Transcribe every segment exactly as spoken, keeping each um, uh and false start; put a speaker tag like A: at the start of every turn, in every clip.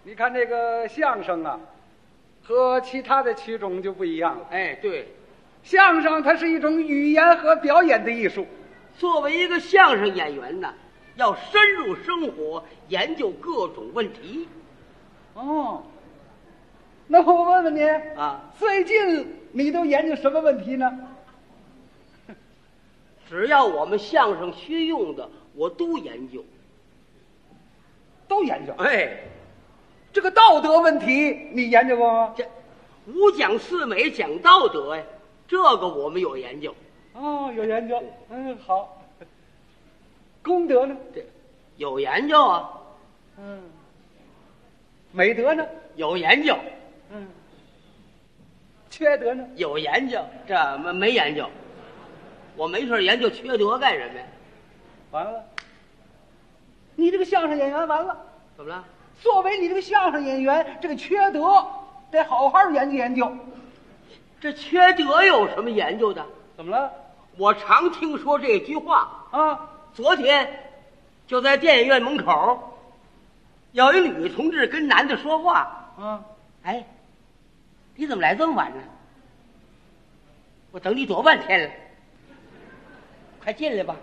A: 你看这个相声啊，和其他的曲种就不一样了。
B: 哎，对，
A: 相声它是一种语言和表演的艺术。
B: 作为一个相声演员呢，要深入生活，研究各种问题。
A: 哦，那我问问你
B: 啊，
A: 最近你都研究什么问题呢？
B: 只要我们相声需用的，我都研究。
A: 都研究。
B: 哎，
A: 这个道德问题你研究过吗？
B: 这五讲四美讲道德呀，这个我们有研究。
A: 哦，有研究。嗯，好。功德呢？
B: 这有研究啊。
A: 嗯。美德呢？
B: 有研究。
A: 嗯。缺德呢？
B: 有研究。这没没研究，我没事研究缺德干什么呀？
A: 完了，你这个相声演员完了。
B: 怎么了？
A: 作为你这个相声演员，这个缺德得好好研究研究。
B: 这缺德有什么研究的？
A: 怎么了？
B: 我常听说这句话
A: 啊。
B: 昨天就在电影院门口，有一女同志跟男的说话。
A: 啊，
B: 哎，你怎么来这么晚呢？我等你多半天了，快进来吧。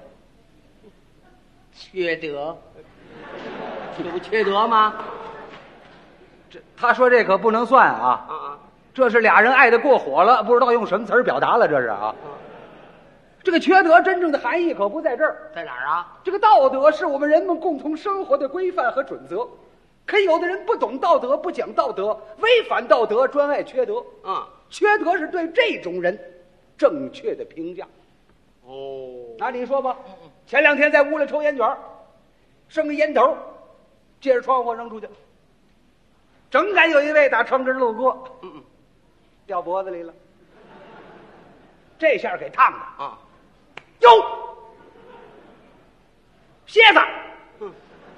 B: 缺德，有缺德吗？
A: 这他说这可不能算啊！
B: 啊啊，
A: 这是俩人爱得过火了，不知道用什么词儿表达了，这是啊。
B: 啊
A: 这个缺德真正的含义可不在这儿，
B: 在哪儿啊？
A: 这个道德是我们人们共同生活的规范和准则，可有的人不懂道德，不讲道德，违反道德，专爱缺德。
B: 啊，
A: 缺德是对这种人正确的评价。
B: 哦，
A: 那你说吧，前两天在屋里抽烟卷，剩个烟头，借着窗户扔出去，正赶有一位打窗根路过，
B: 嗯嗯，
A: 掉脖子里了，这下给烫的
B: 啊，
A: 哟，蝎子，
B: 嗯，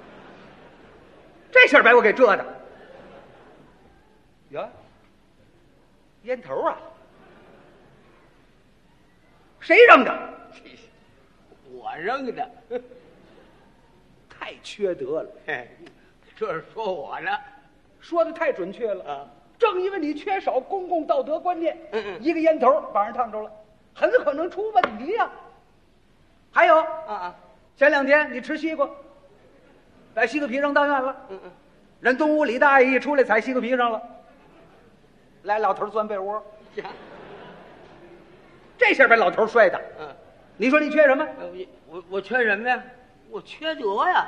A: 这下把我给蛰的，呀，烟头啊，谁扔的？
B: 我扔的，
A: 太缺德了。
B: 嘿，这是说我呢。
A: 说的太准确了
B: 啊！
A: 正因为你缺少公共道德观念，
B: 嗯嗯，
A: 一个烟头把人烫着了，很可能出问题呀、啊。还有
B: 啊啊，
A: 前两天你吃西瓜，把西瓜皮扔当院了，
B: 嗯嗯，
A: 人东屋李大爷一出来踩西瓜皮上了，来老头钻被窝，
B: 呀，
A: 这下把老头摔的。
B: 嗯，
A: 你说你缺什么？
B: 我我我缺什么呀？我缺德呀。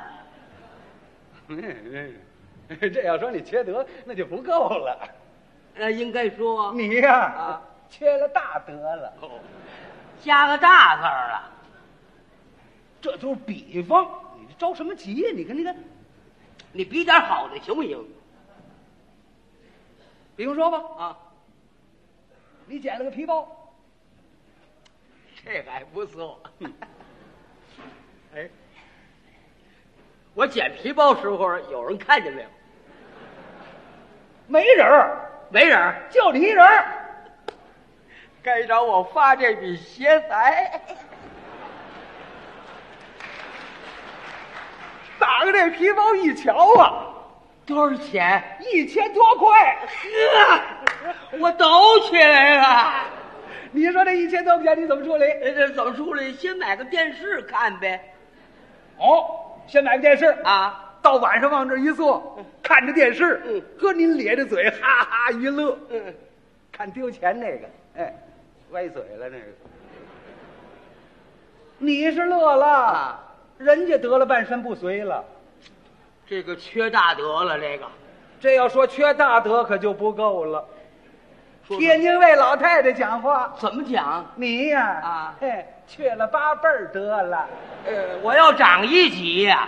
A: 这要说你缺德，那就不够了。
B: 那应该说
A: 你呀、
B: 啊，
A: 缺了大德了。
B: 哦，加个大字儿了。
A: 这就是比方，你着什么急呀？你看，你看，
B: 你比点好的行不行？
A: 比方说吧，
B: 啊，
A: 你捡了个皮包，
B: 这还不错。哎，我捡皮包时候有人看见没有？
A: 没人儿，
B: 没人，
A: 就你一人儿。
B: 该找我发这笔邪财。
A: 打开这皮包一瞧啊，
B: 多少钱？
A: 一千多块。
B: 呵，我抖起来了。
A: 你说这一千多块钱你怎么处理？
B: 这怎么处理？先买个电视看呗。
A: 哦，先买个电视
B: 啊，
A: 到晚上往这一坐，看着电视，
B: 嗯，
A: 和您咧着嘴哈哈一乐，
B: 嗯，
A: 看丢钱那个，哎，歪嘴了那个。你是乐了，
B: 啊，
A: 人家得了半身不遂了。
B: 这个缺大德了，这个。
A: 这要说缺大德可就不够了。
B: 说说
A: 天津卫老太太讲话
B: 怎么讲？
A: 你呀，
B: 啊，
A: 嘿，缺了八辈儿得了。
B: 呃，我要长一级呀、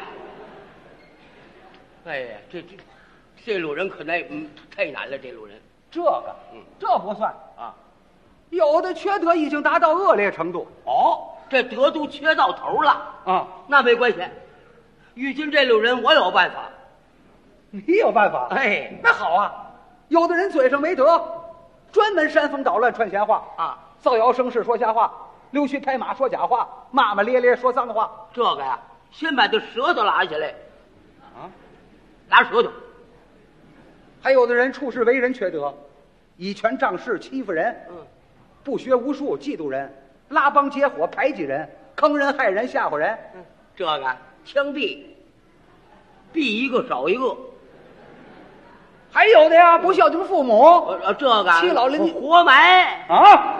B: 哎呀，这这这路人可难，嗯，太难了，这路人。
A: 这个，
B: 嗯，
A: 这不算
B: 啊，
A: 有的缺德已经达到恶劣程度。
B: 哦，这德都缺到头了
A: 啊，
B: 那没关系。遇见这路人，我有办法。
A: 你有办法？
B: 哎，
A: 那好啊。有的人嘴上没德，专门煽风捣乱、传闲话
B: 啊，
A: 造谣生事、说瞎话，溜须拍马、说假话，骂骂咧咧、说脏话。
B: 这个呀，先把这舌头拉下来，
A: 啊，
B: 拉舌头，
A: 还有的人处事为人缺德，以权仗势欺负人，
B: 嗯，
A: 不学无术嫉妒人，拉帮结伙排挤人，坑人害人吓唬人。
B: 嗯，这个枪毙，毙一个少一个。
A: 还有的呀，不孝敬父母，
B: 呃，这个
A: 欺老邻居
B: 活埋
A: 啊！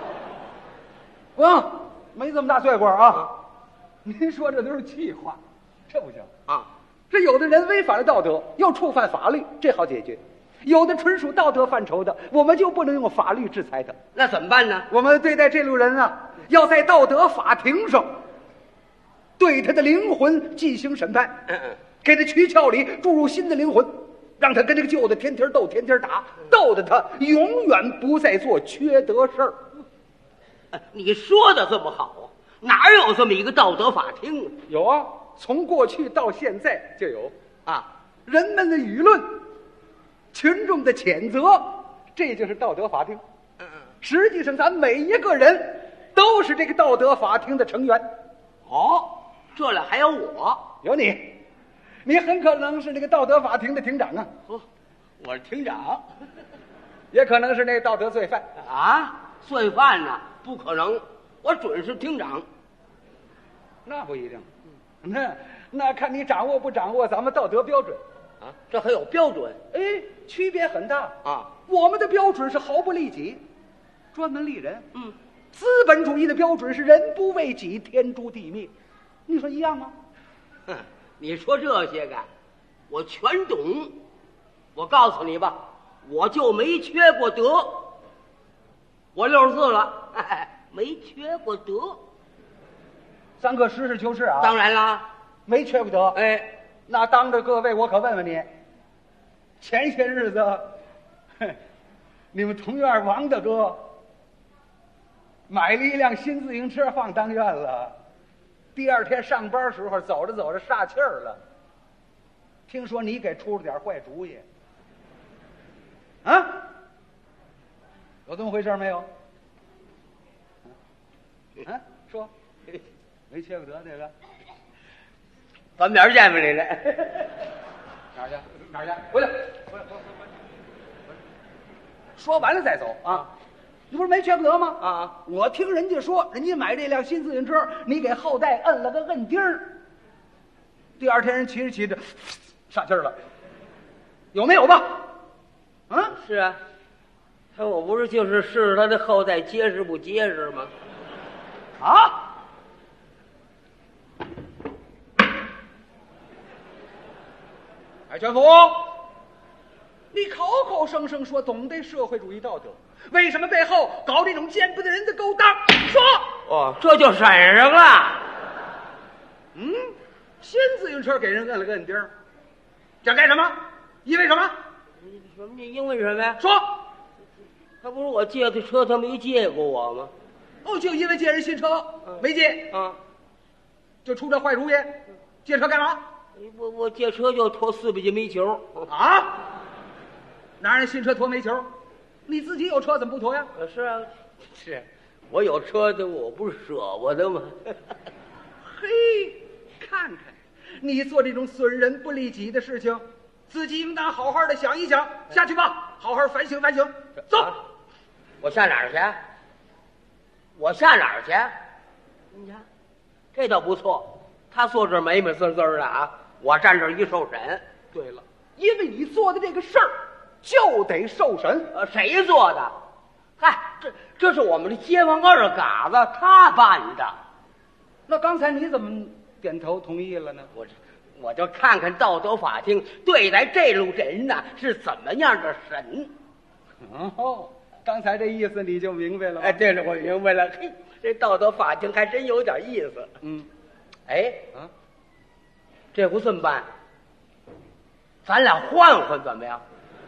A: 不，没这么大罪过啊！您说这都是气话，这不行
B: 啊！
A: 这有的人违反了道德，又触犯法律，这好解决；有的纯属道德范畴的，我们就不能用法律制裁他。
B: 那怎么办呢？
A: 我们对待这路人啊，要在道德法庭上对他的灵魂进行审判，
B: 嗯嗯，
A: 给他躯壳里注入新的灵魂，让他跟这个旧的天天斗，天天打，斗得他永远不再做缺德事儿。
B: 你说的这么好啊，哪有这么一个道德法庭啊？
A: 有啊，从过去到现在就有
B: 啊，
A: 人们的舆论，群众的谴责，这就是道德法庭。
B: 嗯嗯，
A: 实际上，咱每一个人都是这个道德法庭的成员。
B: 哦，这里还有我，
A: 有你，你很可能是那个道德法庭的庭长啊，
B: 哦，我是庭长
A: 也可能是那道德罪犯。
B: 啊，罪犯呢？不可能，我准是厅长。
A: 那不一定，那那看你掌握不掌握咱们道德标准
B: 啊，这还有标准？
A: 哎，区别很大
B: 啊。
A: 我们的标准是毫不利己，专门利人。
B: 嗯，
A: 资本主义的标准是人不为己，天诛地灭。你说一样吗？
B: 哼，你说这些个，我全懂。我告诉你吧，我就没缺过德。我六十四了，哎，没缺过德。
A: 咱可实事求是啊。
B: 当然啦，
A: 没缺过德。
B: 哎，
A: 那当着各位，我可问问你，前些日子，哼，你们同院王大哥买了一辆新自行车放当院了，第二天上班时候走着走着煞气儿了。听说你给出了点坏主意，啊？有这么回事没有？啊，说，没缺过德这个，
B: 咱们哪儿见吧你来？
A: 哪儿去？哪儿去？回来，回来，回来，回来。说完了再走啊！你不是没缺过德吗？
B: 啊！
A: 我听人家说，人家买这辆新自行车，你给后代摁了个摁钉儿，第二天人骑着骑着上气儿了，有没有吧？啊，
B: 是啊，他我不是就是试试他的后代结实不结实吗？
A: 啊！哎，全福，你口口声声说懂得社会主义道德，为什么背后搞这种见不得人的勾当？说
B: 哦，这就审上了。
A: 嗯，新自行车给人摁了个摁钉儿，这干什么？因为什么？
B: 什么？你因为什么呀？
A: 说，
B: 他不是我借的车，他没借过我吗？
A: 哦，就因为借人新车没借，
B: 啊，
A: 就出这坏主意，借车干嘛？
B: 我我借车就拖四百斤煤球
A: 啊！拿人新车拖煤球，你自己有车怎么不拖呀？
B: 是啊，是，我有车的，我不是舍我的吗？
A: 嘿，看看，你做这种损人不利己的事情，自己应当好好的想一想，下去吧，好好反省反省。走，
B: 啊、我下哪儿去？我下哪儿去？你看，这倒不错，他坐这儿美美滋滋的啊，我站这儿一受审。
A: 对了，因为你做的这个事儿，就得受审。
B: 呃，谁做的？嗨，这这是我们的街坊二嘎子他办的。
A: 那刚才你怎么点头同意了呢？
B: 我这我就看看道德法庭对待这路人呐是怎么样的审。
A: 哦，刚才这意思你就明白了吗？
B: 哎，对了，我明白了。嘿，这道德法庭还真有点意思。
A: 嗯，
B: 哎，
A: 啊，
B: 这不这么办，咱俩换换怎么样？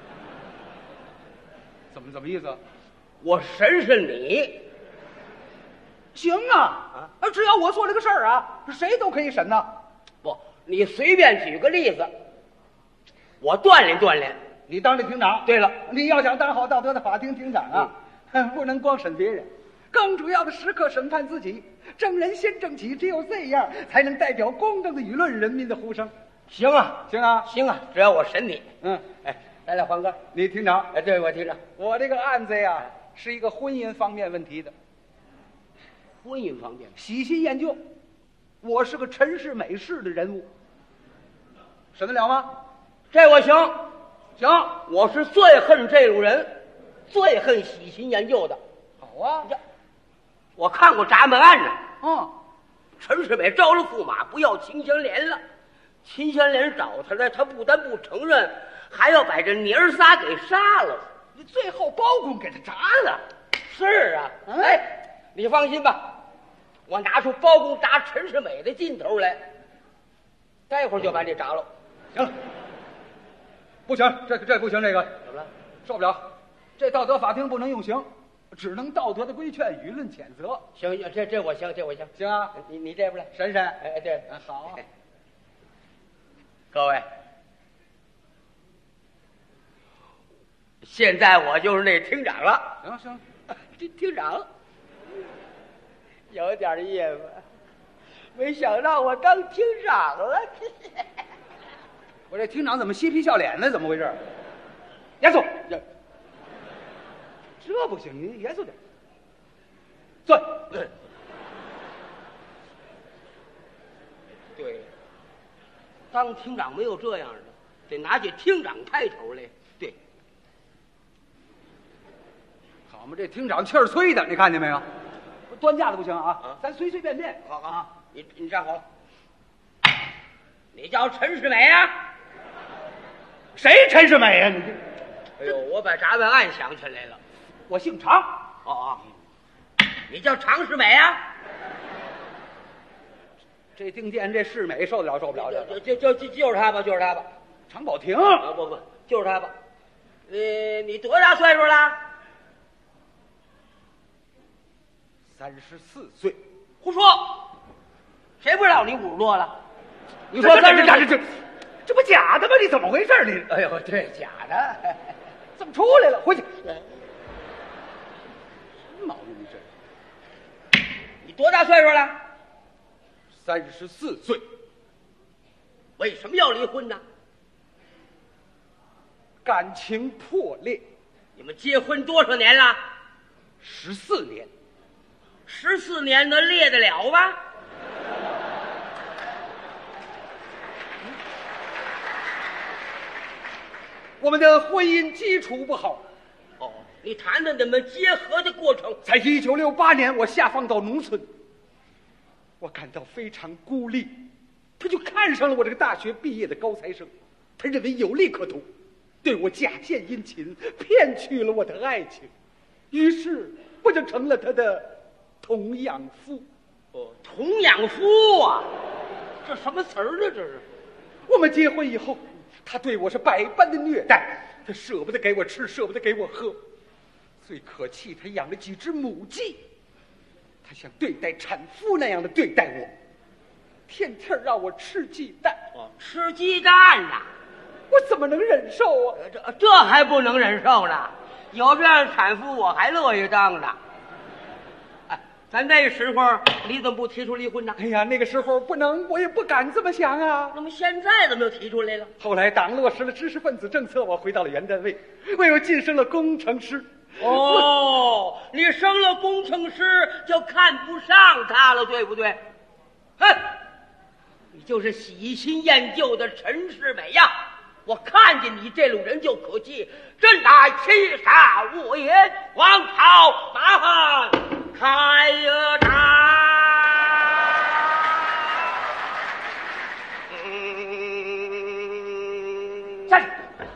A: 怎么怎么意思？
B: 我审审你。
A: 行啊，啊，只要我做这个事儿啊，谁都可以审呐。
B: 不，你随便举个例子，我锻炼锻炼。
A: 你当这庭长，
B: 对了，
A: 你要想当好道德的法庭庭长啊，嗯、不能光审别人，更主要的时刻审判自己。正人先正己，只有这样才能代表公正的舆论人民的呼声。
B: 行啊，
A: 行啊，
B: 行啊，只要我审你。
A: 嗯，
B: 哎，来来，黄哥，
A: 你厅长，
B: 哎，对我听着，
A: 我这个案子呀，是一个婚姻方面问题的，
B: 婚姻方面，
A: 喜新厌旧。我是个陈氏美式的人物，审得了吗？
B: 这我行。
A: 行，
B: 我是最恨这种人，最恨喜新厌旧的。
A: 好啊。
B: 这我看过闸门案呢。
A: 嗯，
B: 陈世美招了驸马，不要秦香莲了。秦香莲找他来，他不但不承认，还要把这娘儿仨给杀了。
A: 你最后包公给他砸了。
B: 是啊，
A: 嗯、
B: 哎，你放心吧，我拿出包公砸陈世美的劲头来，待会儿就把你砸了。
A: 行了，不行，这这不行，这个
B: 怎么了？
A: 受不了，这道德法庭不能用刑，只能道德的规劝，舆论谴责。
B: 行，这这我行，这我行。
A: 行啊，
B: 你你这边来，
A: 审审。
B: 哎对，
A: 嗯，好啊。
B: 各位，现在我就是那厅长了。
A: 行行，
B: 这厅长有点意思，没想到我当厅长了。
A: 我这厅长怎么嬉皮笑脸的？怎么回事？严肃，这这不行，你严肃点。坐。
B: 对，对，当厅长没有这样的，得拿起厅长开头来。对，
A: 好嘛，这厅长气儿催的，你看见没有？端架子不行啊，
B: 啊
A: 咱随随便便。
B: 好好啊，你你站好了。你叫陈世美啊？
A: 谁陈世美呀、啊？你
B: 哎呦，我把闸门案想起来了。
A: 我姓常。
B: 哦哦，你叫常世美啊？
A: 这定店这世美受得了受不了这个？
B: 就就就就是他吧，就是他吧。
A: 常宝霆。
B: 啊不不，就是他吧。呃，你多大岁数了？
A: 三十四岁。
B: 胡说！谁不知道你五十多了？你说
A: 这
B: 三十
A: 这这这这不假的吗？你怎么回事？你
B: 哎呦，对，假的。
A: 怎么出来了？回去。什么毛病？你这
B: 你多大岁数了？
A: 三十四岁。
B: 为什么要离婚呢？
A: 感情破裂。
B: 你们结婚多少年了？
A: 十四年。
B: 十四年能裂得了吗？
A: 我们的婚姻基础不好。
B: 哦，你谈谈你们结合的过程。
A: 在一九六八年，我下放到农村，我感到非常孤立。他就看上了我这个大学毕业的高材生，他认为有利可图，对我假献殷勤，骗取了我的爱情，于是我就成了他的童养夫。
B: 哦，童养夫啊，这什么词儿呢？这是。
A: 我们结婚以后，他对我是百般的虐待，他舍不得给我吃，舍不得给我喝。最可气，他养了几只母鸡，他像对待产妇那样的对待我，天天让我吃鸡蛋。
B: 哦，吃鸡蛋呐，
A: 我怎么能忍受啊？
B: 这这还不能忍受呢？有这样的产妇，我还乐意当呢。哎，咱那时候你怎么不提出离婚呢？
A: 哎呀，那个时候不能，我也不敢这么想啊。
B: 那么现在怎么又提出来了？
A: 后来党落实了知识分子政策，我回到了原单位，为我晋升了工程师。
B: 哦，你升了工程师就看不上他了，对不对？哼，你就是喜新厌旧的陈世美呀！我看见你这种人就可气，真乃欺杀无言，王朝麻烦开闸。嗯，
A: 站住！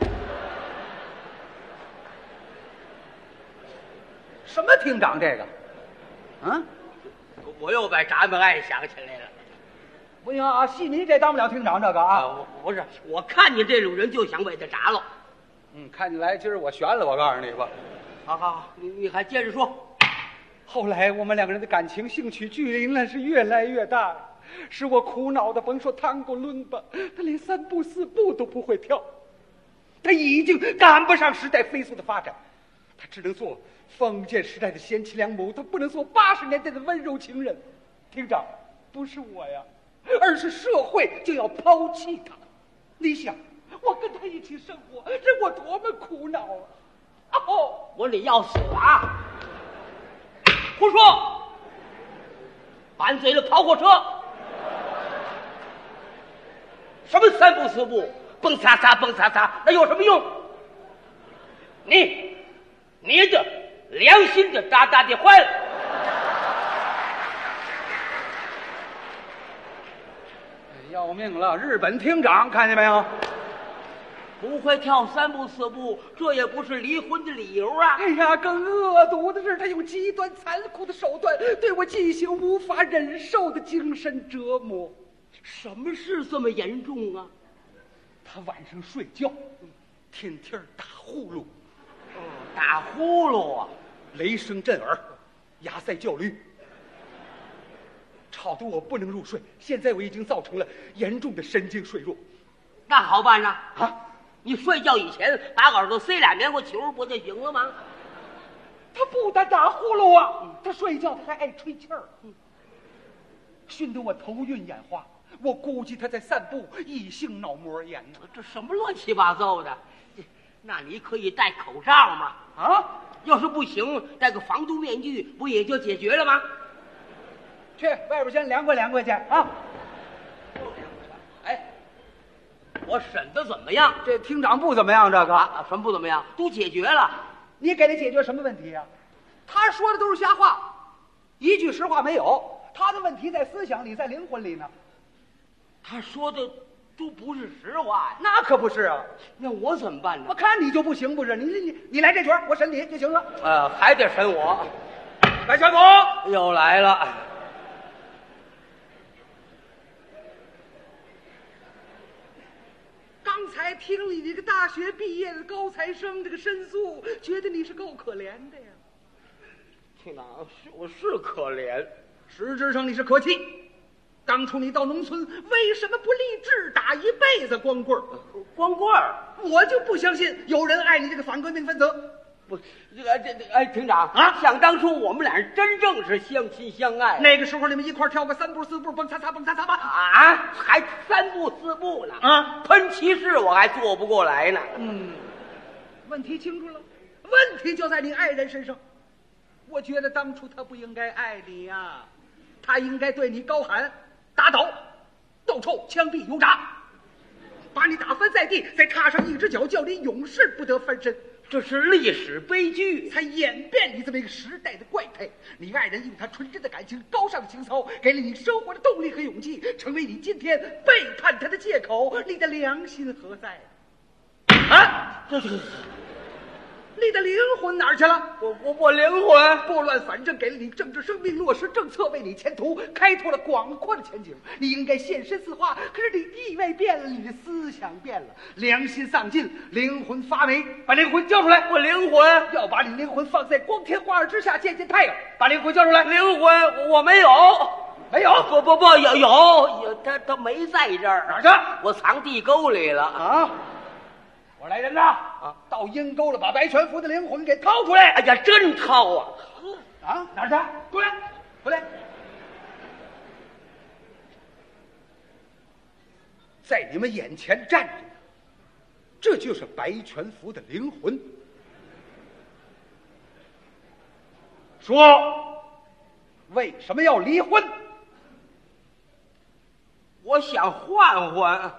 A: 什么厅长这个？啊，
B: 我又把闸门案想起来了。
A: 不行啊，戏迷这当不了厅长这个啊。
B: 啊，我不是，我看见这种人就想把他砸了。
A: 嗯，看起来今儿我悬了，我告诉你吧。
B: 好好好，你你还接着说。
A: 后来我们两个人的感情兴趣距离那是越来越大，使我苦恼的甭说tango伦巴，他连三步四步都不会跳，他已经赶不上时代飞速的发展，他只能做封建时代的贤妻良母，他不能做八十年代的温柔情人。厅长，不是我呀，而是社会就要抛弃他。 你想，我跟他一起生活，这我多么苦恼啊！哦，
B: 我说你要死啊！胡说！满嘴的跑火车，什么三步四步，蹦擦擦蹦擦擦，那有什么用？你，你这良心这大大的坏了！
A: 要命了！日本厅长看见没有？
B: 不会跳三步四步，这也不是离婚的理由啊！
A: 哎呀，更恶毒的是，他用极端残酷的手段对我进行无法忍受的精神折磨。
B: 什么事这么严重啊？
A: 他晚上睡觉，天天打呼噜，
B: 哦，打呼噜啊，
A: 雷声震耳，牙塞叫驴，吵得我不能入睡。现在我已经造成了严重的神经衰弱。
B: 那好办呐！
A: 啊，
B: 你睡觉以前把耳朵塞俩棉花球不就行了吗？
A: 他不但打呼噜啊，他睡觉他还爱吹气儿，熏得我头晕眼花。我估计他在散步，异性脑膜炎呢。
B: 这什么乱七八糟的？那你可以戴口罩吗？
A: 啊，
B: 要是不行，戴个防毒面具，不也就解决了吗？
A: 去外边先凉快凉快去啊！
B: 哎，我审的怎么样？
A: 这厅长不怎么样，这个
B: 啊，什么不怎么样？都解决了。
A: 你给他解决什么问题啊？他说的都是瞎话，一句实话没有。他的问题在思想里，在灵魂里呢。
B: 他说的都不是实话呀。
A: 那可不是啊。
B: 那我怎么办呢？
A: 我看你就不行，不是？你你你来这局，我审你就行了。
B: 呃，还得审我。
A: 白全福
B: 又来了。
A: 刚才听你这个大学毕业的高材生这个申诉，觉得你是够可怜的呀。
B: 厅长，是我是可怜，
A: 实质上你是可气。当初你到农村，为什么不立志打一辈子光棍儿？
B: 光棍儿，
A: 我就不相信有人爱你这个反革命分子。
B: 不，这个这这，哎，厅长
A: 啊，
B: 想当初我们俩人真正是相亲相爱。
A: 那个时候你们一块跳个三步四步，蹦擦擦蹦擦擦吧。
B: 啊，还三步四步呢。
A: 啊，
B: 喷骑士我还做不过来呢。
A: 嗯，问题清楚了，问题就在你爱人身上。我觉得当初他不应该爱你呀、啊，他应该对你高喊打倒、斗臭、枪毙、油炸，把你打翻在地，再踏上一只脚，叫你永世不得翻身。
B: 这是历史悲剧，
A: 才演变你这么一个时代的怪胎。你爱人用他纯真的感情、高尚的情操，给了你生活的动力和勇气，成为你今天背叛他的借口。你的良心何在？啊，
B: 这是
A: 你的灵魂哪儿去了？
B: 我我我灵魂
A: 拨乱反正，给了你政治生命，落实政策，为你前途开拓了广阔的前景。你应该现身四化，可是你地位变了，你的思想变了，良心丧尽，灵魂发霉。把灵魂交出来！
B: 我灵魂
A: 要把你灵魂放在光天化日之下见见太阳。把灵魂交出来！
B: 灵魂我没有，
A: 没有？
B: 不不不，有有有，他他没在这儿。
A: 哪儿去？
B: 我藏地沟里了
A: 啊！我来人呐！啊，到阴沟了，把白全福的灵魂给掏出来！
B: 哎呀，真掏啊！
A: 啊，哪儿去？出来，出来！在你们眼前站着，这就是白全福的灵魂。说，为什么要离婚？
B: 我想换换。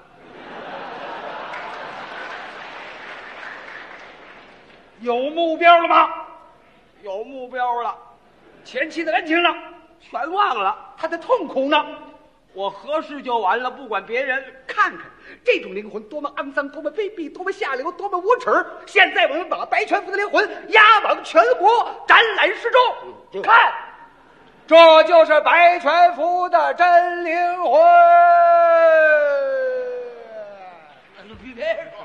A: 有目标了吗？
B: 有目标了。
A: 前妻的恩情呢？
B: 全忘了。
A: 他的痛苦呢？
B: 我合适就完了，不管别人。
A: 看看这种灵魂多么肮脏，多么卑鄙，多么下流，多么无耻！现在我们把白全福的灵魂押往全国展览示众，
B: 嗯、
A: 看，这就是白全福的真灵魂。
B: 别说。